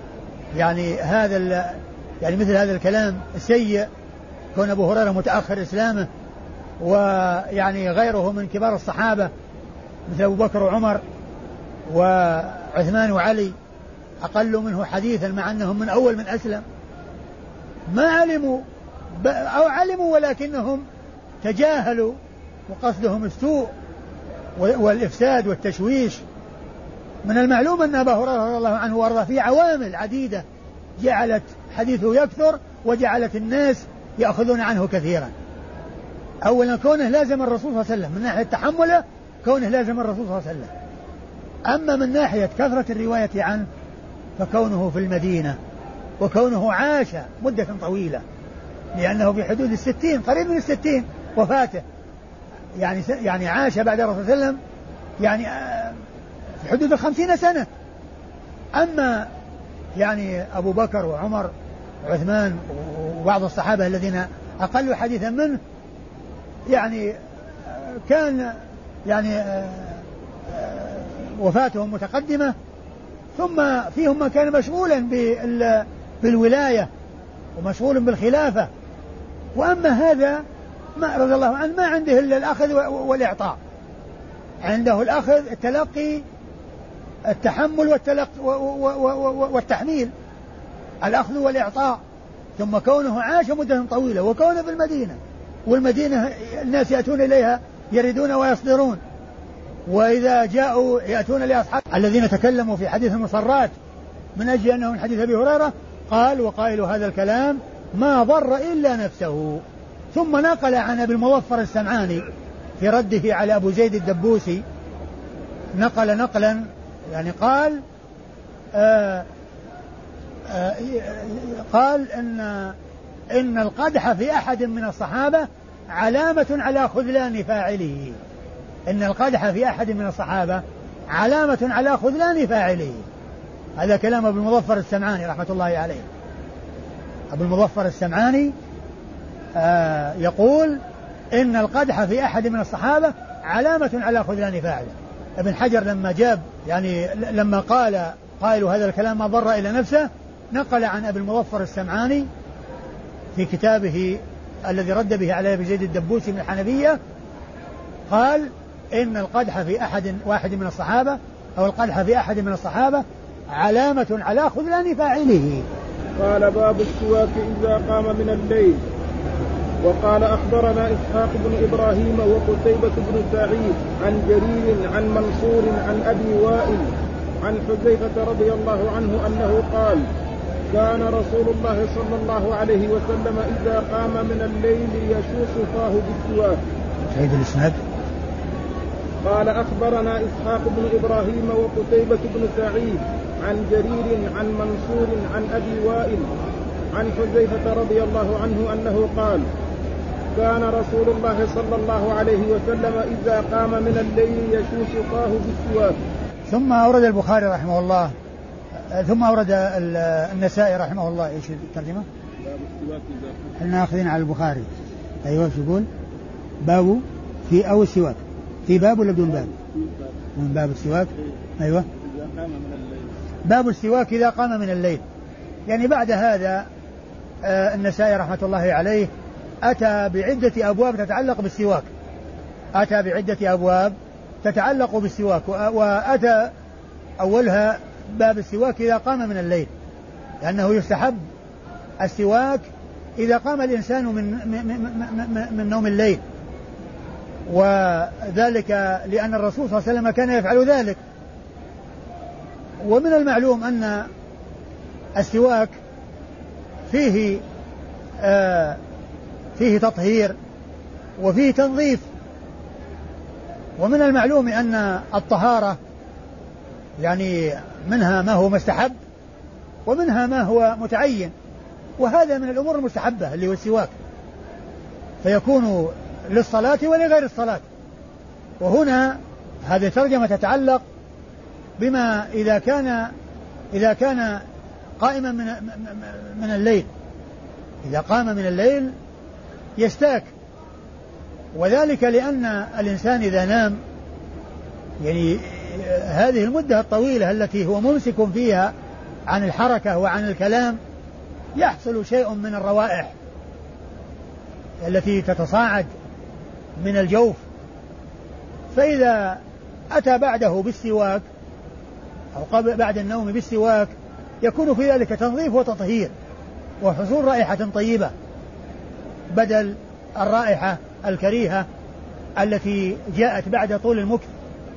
مثل هذا الكلام السيء، كون أبو هريرة متأخر إسلامه، ويعني غيره من كبار الصحابة مثل أبو بكر وعمر وعثمان وعلي أقل منه حديثا مع أنهم من أول من أسلم، ما علموا أو علموا ولكنهم تجاهلوا، وقصدهم السوء والإفساد والتشويش. من المعلوم أن أبا هريرة رضي الله عنه وارضاه في عوامل عديدة جعلت حديثه يكثر وجعلت الناس يأخذون عنه كثيرا. أولا كونه لازم الرسول صلى الله عليه وسلم، من ناحية تحمله كونه لازم الرسول صلى الله عليه وسلم، أما من ناحية كثرة الرواية عنه فكونه في المدينة وكونه عاش مدة طويلة، لأنه في حدود 60 قريب من 60 وفاته، يعني عاش بعد الرسول صلى الله عليه وسلم يعني في حدود 50 سنة. أما يعني أبو بكر وعمر وعثمان وبعض الصحابة الذين أقلوا حديثا منه يعني كان يعني وفاتهم متقدمة، ثم فيهم من كان مشغولا بالولاية ومشغول بالخلافة، وأما هذا ما رضي الله عنه ما عنده إلا الأخذ والإعطاء، عنده الأخذ التلقي التحمل والتحميل، الأخذ والإعطاء. ثم كونه عاش مدة طويلة وكونه في المدينة، والمدينة الناس يأتون إليها يريدون ويصدرون، وإذا جاءوا يأتون لأصحاب الذين تكلموا في حديث المصرات من أجل أنه من حديث أبي هريرة، قال وقائل هذا الكلام ما ضر إلا نفسه. ثم نقل عن أبي المظفر السمعاني في رده على أبو زيد الدبوسي، نقل نقلا يعني قال إن إن القدح في أحد من الصحابة علامة على خذلان فاعله. إن القدح في أحد من الصحابة علامة على خذلان فاعله. هذا كلام أبو المظفر السمعاني رحمة الله عليه. أبو المظفر السمعاني يقول إن القدح في أحد من الصحابة علامة على خذلان فاعله. ابن حجر لما جاب يعني لما قال قائل هذا الكلام ما ضر إلى نفسه، نقل عن أبي المظفر السمعاني في كتابه الذي رد به على أبي زيد الدبوسي من الحنفية، قال إن القدح في واحد من الصحابة أو القدح في أحد من الصحابة علامة على خذلان فاعله. قال باب السواك إذا قام من الليل. وقال أخبرنا إسحاق بن إبراهيم وقتيبة بن سعيد عن جرير عن منصور عن أبي وائل عن حذيفة رضي الله عنه أنه قال كان رسول الله صلى الله عليه وسلم إذا قام من الليل يشوش فاه بالسواك. تعيد الإسناد. قال أخبرنا إسحاق بن إبراهيم وقتيبة بن سعيد عن جرير عن منصور عن أبي وائل عن حذيفة رضي الله عنه أنه قال كان رسول الله صلى الله عليه وسلم إذا قام من الليل يشوش فاه بالسواك. ثم أورد البخاري رحمه الله ثم أورد النسائي رحمه الله. إيش الترجمة؟ باب السواك إذا قام. احنا أخذين على البخاري. أيوة شو يقول؟ باب في أو السواك في باب ولا بدون باب؟ من باب السواك. أيوة إذا قام من الليل. باب السواك إذا قام من الليل. يعني بعد هذا النسائي رحمة الله عليه أتى بعدة أبواب تتعلق بالسواك. أتى بعدة أبواب تتعلق بالسواك، وأتى أولها باب السواك إذا قام من الليل، لأنه يستحب السواك إذا قام الإنسان من نوم الليل، وذلك لأن الرسول صلى الله عليه وسلم كان يفعل ذلك. ومن المعلوم أن السواك فيه تطهير وفيه تنظيف. ومن المعلوم أن الطهارة يعني منها ما هو مستحب ومنها ما هو متعين، وهذا من الأمور المستحبة اللي هو السواك، فيكون للصلاة ولغير الصلاة. وهنا هذه ترجمة تتعلق بما إذا كان قائما من الليل، إذا قام من الليل يستاك، وذلك لأن الإنسان إذا نام يعني هذه المدة الطويلة التي هو ممسك فيها عن الحركة وعن الكلام يحصل شيء من الروائح التي تتصاعد من الجوف، فإذا أتى بعده بالسواك أو بعد النوم بالسواك يكون في ذلك تنظيف وتطهير وحصول رائحة طيبة بدل الرائحة الكريهة التي جاءت بعد طول المكث.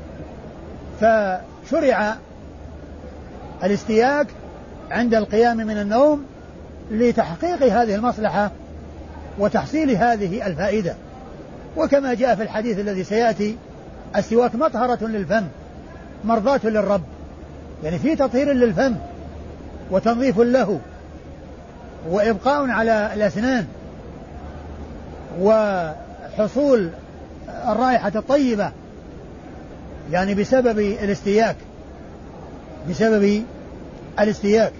فشرع الاستياك عند القيام من النوم لتحقيق هذه المصلحة وتحصيل هذه الفائدة. وكما جاء في الحديث الذي سيأتي السواك مطهرة للفم مرضاة للرب، يعني في تطهير للفم وتنظيف له وإبقاء على الأسنان وحصول الرائحة الطيبة يعني بسبب الاستياك.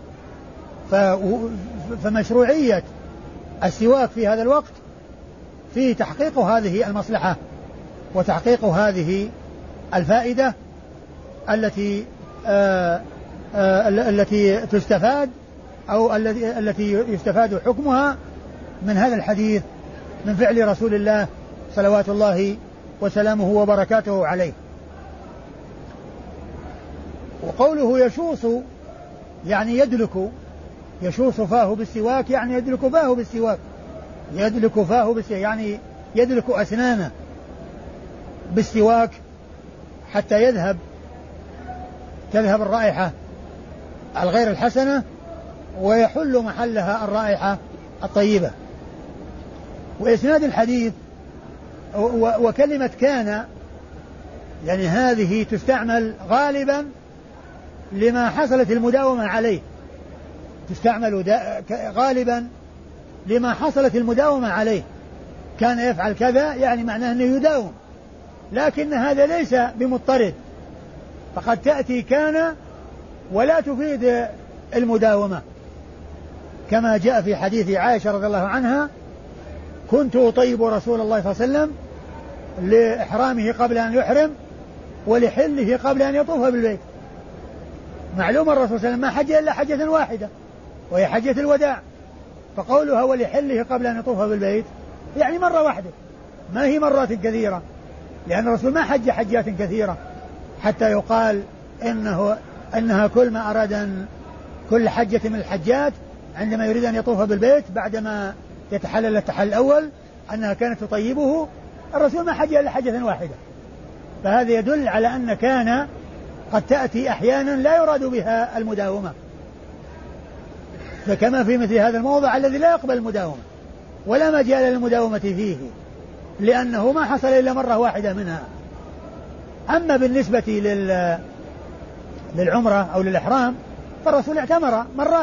فمشروعية السواك في هذا الوقت في تحقيق هذه المصلحة وتحقيق هذه الفائدة التي تستفاد أو التي يستفاد حكمها من هذا الحديث من فعل رسول الله صلوات الله وسلامه وبركاته عليه. وقوله يشوص يعني يدلك، يشوص فاه بالسواك يعني يدلك فاه بالسواك، يدلك فاه بالسواك يعني يدلك أسنانه بالسواك حتى تذهب الرائحة الغير الحسنة ويحل محلها الرائحة الطيبة. وإسناد الحديث وكلمة كان يعني هذه تستعمل غالبا لما حصلت المداومة عليه، تستعمل غالبا لما حصلت المداومة عليه، كان يفعل كذا يعني معناه أنه يداوم، لكن هذا ليس بمضطرد، فقد تأتي كان ولا تفيد المداومة، كما جاء في حديث عائشة رضي الله عنها: كنت أطيب رسول الله صلى الله عليه وسلم لإحرامه قبل أن يحرم ولحله قبل أن يطوف بالبيت. معلوم الرسول صلى الله عليه وسلم ما حج إلا حجة واحدة وهي حجة الوداع، فقولها ولحله قبل أن يطوف بالبيت يعني مرة واحدة، ما هي مرات كثيرة، لأن الرسول ما حج حجات كثيرة حتى يقال إنها كل ما أراد أن كل حجة من الحجات عندما يريد أن يطوف بالبيت بعدما يتحلل التحلل الأول أنها كانت تطيبه. الرسول ما حج إلا حجة واحدة، فهذا يدل على أن كان قد تأتي أحيانا لا يراد بها المداومة، فكما في مثل هذا الموضع الذي لا يقبل المداومة ولا مجال للمداومة فيه لأنه ما حصل إلا مرة واحدة منها. أما بالنسبة للعمرة أو للإحرام فالرسول اعتمر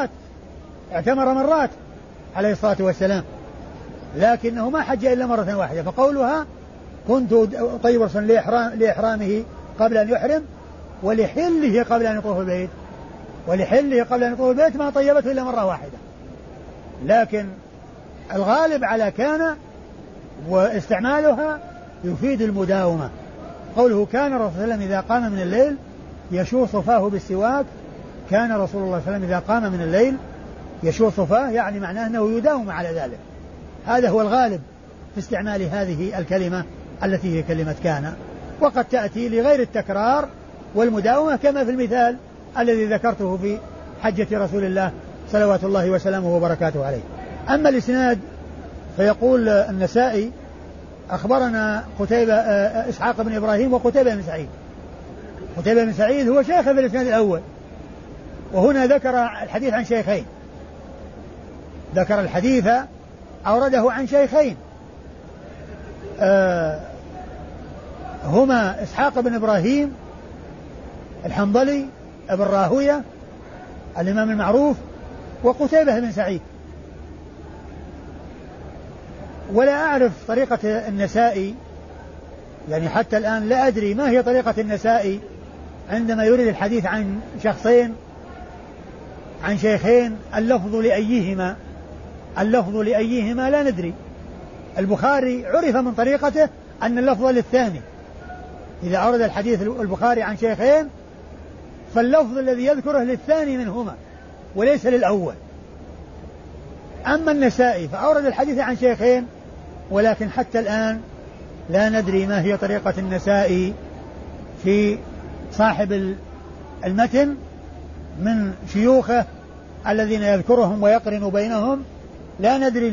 مرات عليه الصلاة والسلام، لكنه ما حج إلا مرة واحدة، فقولها كنت طيب رسول لإحرامه قبل أن يحرم ولحله قبل أن يطوف البيت، ولحله قبل أن يطوف البيت ما طيبته إلا مرة واحدة، لكن الغالب على كان واستعمالها يفيد المداومة. قوله كان الرسول صلى الله عليه وسلم إذا قام من الليل يشوص فاه بالسواك، كان رسول الله صلى الله عليه وسلم إذا قام من الليل يشوص فاه يعني معناه أنه يداوم على ذلك. هذا هو الغالب في استعمال هذه الكلمة التي هي كلمة كان، وقد تأتي لغير التكرار والمداومة كما في المثال الذي ذكرته في حجة رسول الله صلوات الله وسلامه وبركاته عليه. أما الإسناد فيقول النسائي: أخبرنا قتيبة إسحاق بن إبراهيم وقتيبة بن سعيد. قتيبة بن سعيد هو شيخ في الإسناد الأول، وهنا ذكر الحديث عن شيخين، ذكر الحديث أورده عن شيخين هما إسحاق بن إبراهيم الحنظلي ابن راهوية الإمام المعروف وقتيبة بن سعيد. ولا أعرف طريقة النسائي، يعني حتى الآن لا أدري ما هي طريقة النسائي عندما يريد الحديث عن شخصين عن شيخين اللفظ لأيهما لا ندري. البخاري عرف من طريقته أن اللفظ للثاني، إذا أورد الحديث البخاري عن شيخين فاللفظ الذي يذكره للثاني منهما وليس للأول. أما النسائي فأورد الحديث عن شيخين، ولكن حتى الآن لا ندري ما هي طريقة النسائي في صاحب المتن من شيوخه الذين يذكرهم ويقرن بينهم، لا ندري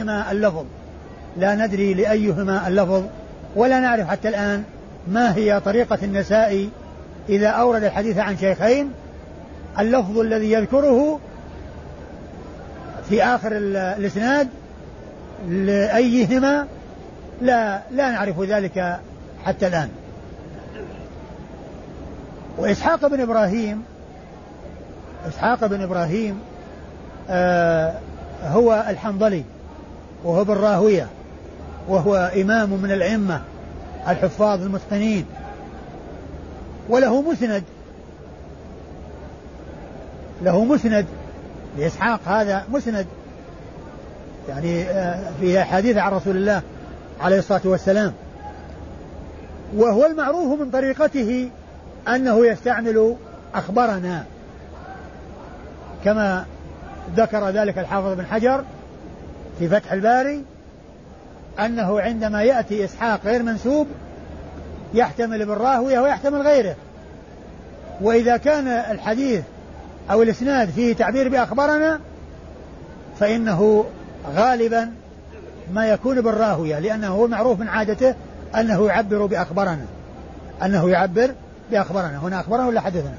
لأيهما اللفظ، ولا نعرف حتى الآن ما هي طريقة النسائي إذا أورد الحديث عن شيخين اللفظ الذي يذكره في آخر الإسناد لأيهما لا نعرف ذلك حتى الآن. وإسحاق بن إبراهيم هو الحنظلي وهو بن راهوية، وهو إمام من الأئمة الحفاظ المتقنين، وله مسند لإسحاق، هذا مسند يعني في حديث عن رسول الله عليه الصلاة والسلام. وهو المعروف من طريقته أنه يستعمل أخبرنا، كما ذكر ذلك الحافظ بن حجر في فتح الباري أنه عندما يأتي إسحاق غير منسوب يحتمل بالراهوية ويحتمل غيره، وإذا كان الحديث أو الإسناد فيه تعبير بأخبرنا فإنه غالبا ما يكون بالراهوية، لأنه هو معروف من عادته أنه يعبر بأخبرنا، هنا أخبرنا ولا حدثنا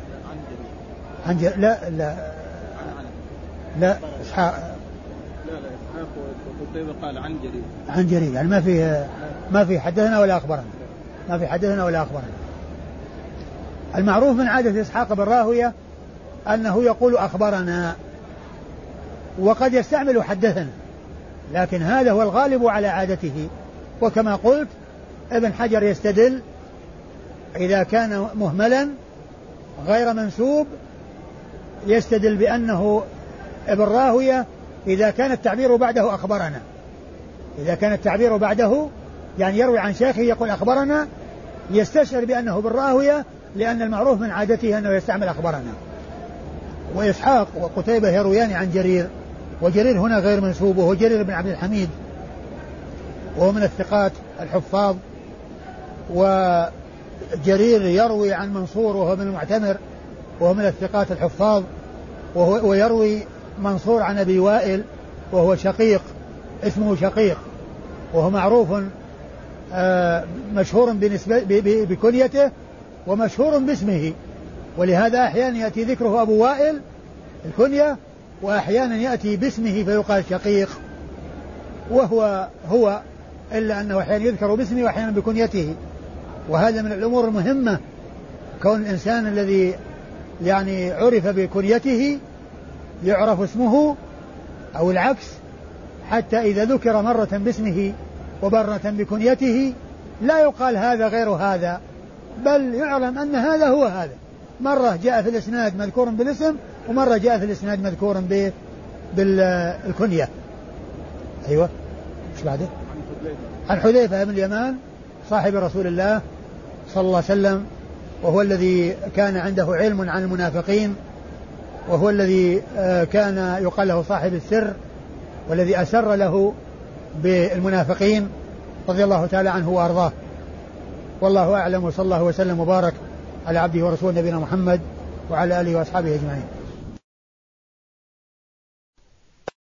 لا إسحاق وقتيبة قال عن جرير يعني ما في حدثنا ولا أخبرنا. المعروف من عادة إسحاق بن راهوية أنه يقول أخبرنا، وقد يستعمل حدثنا، لكن هذا هو الغالب على عادته. وكما قلت ابن حجر يستدل إذا كان مهملا غير منسوب يستدل بأنه ابن راهوية إذا كان التعبير بعده أخبرنا، إذا كان التعبير بعده يعني يروي عن شيخه يقول أخبرنا يستشعر بأنه ابن راهوية، لأن المعروف من عادته أنه يستعمل أخبرنا. وإسحاق وقتيبة يرويان عن جرير، وجرير هنا غير منسوب وهو جرير بن عبد الحميد وهو من الثقات الحفاظ. وجرير يروي عن منصور وهو من المعتمر وهو من الثقات الحفاظ، ويروي منصور عن أبي وائل وهو شقيق، اسمه شقيق، وهو معروف مشهور بكنيته ومشهور باسمه، ولهذا أحيانا يأتي ذكره أبو وائل الكنية وأحيانا يأتي باسمه فيقال شقيق، وهو إلا أنه أحيانا يذكر باسمه وأحيانا بكنيته. وهذا من الأمور المهمة، كون الإنسان الذي يعني عرف بكنيته يعرف اسمه أو العكس، حتى إذا ذكر مرة باسمه ومرة بكنيته لا يقال هذا غير هذا، بل يعلم أن هذا هو هذا. مرة جاء في الإسناد مذكور بالاسم ومرة جاء في الإسناد مذكور بالكنية. أيوة إيش بعده؟ عن حذيفة بن اليمان صاحب رسول الله صلى الله عليه وسلم، وهو الذي كان عنده علم عن المنافقين، وهو الذي كان يقال له صاحب السر، والذي أسر له بالمنافقين رضي الله تعالى عنه وأرضاه. والله أعلم، وصلى الله وسلم وبارك على عبده ورسوله نبينا محمد وعلى آله وأصحابه أجمعين.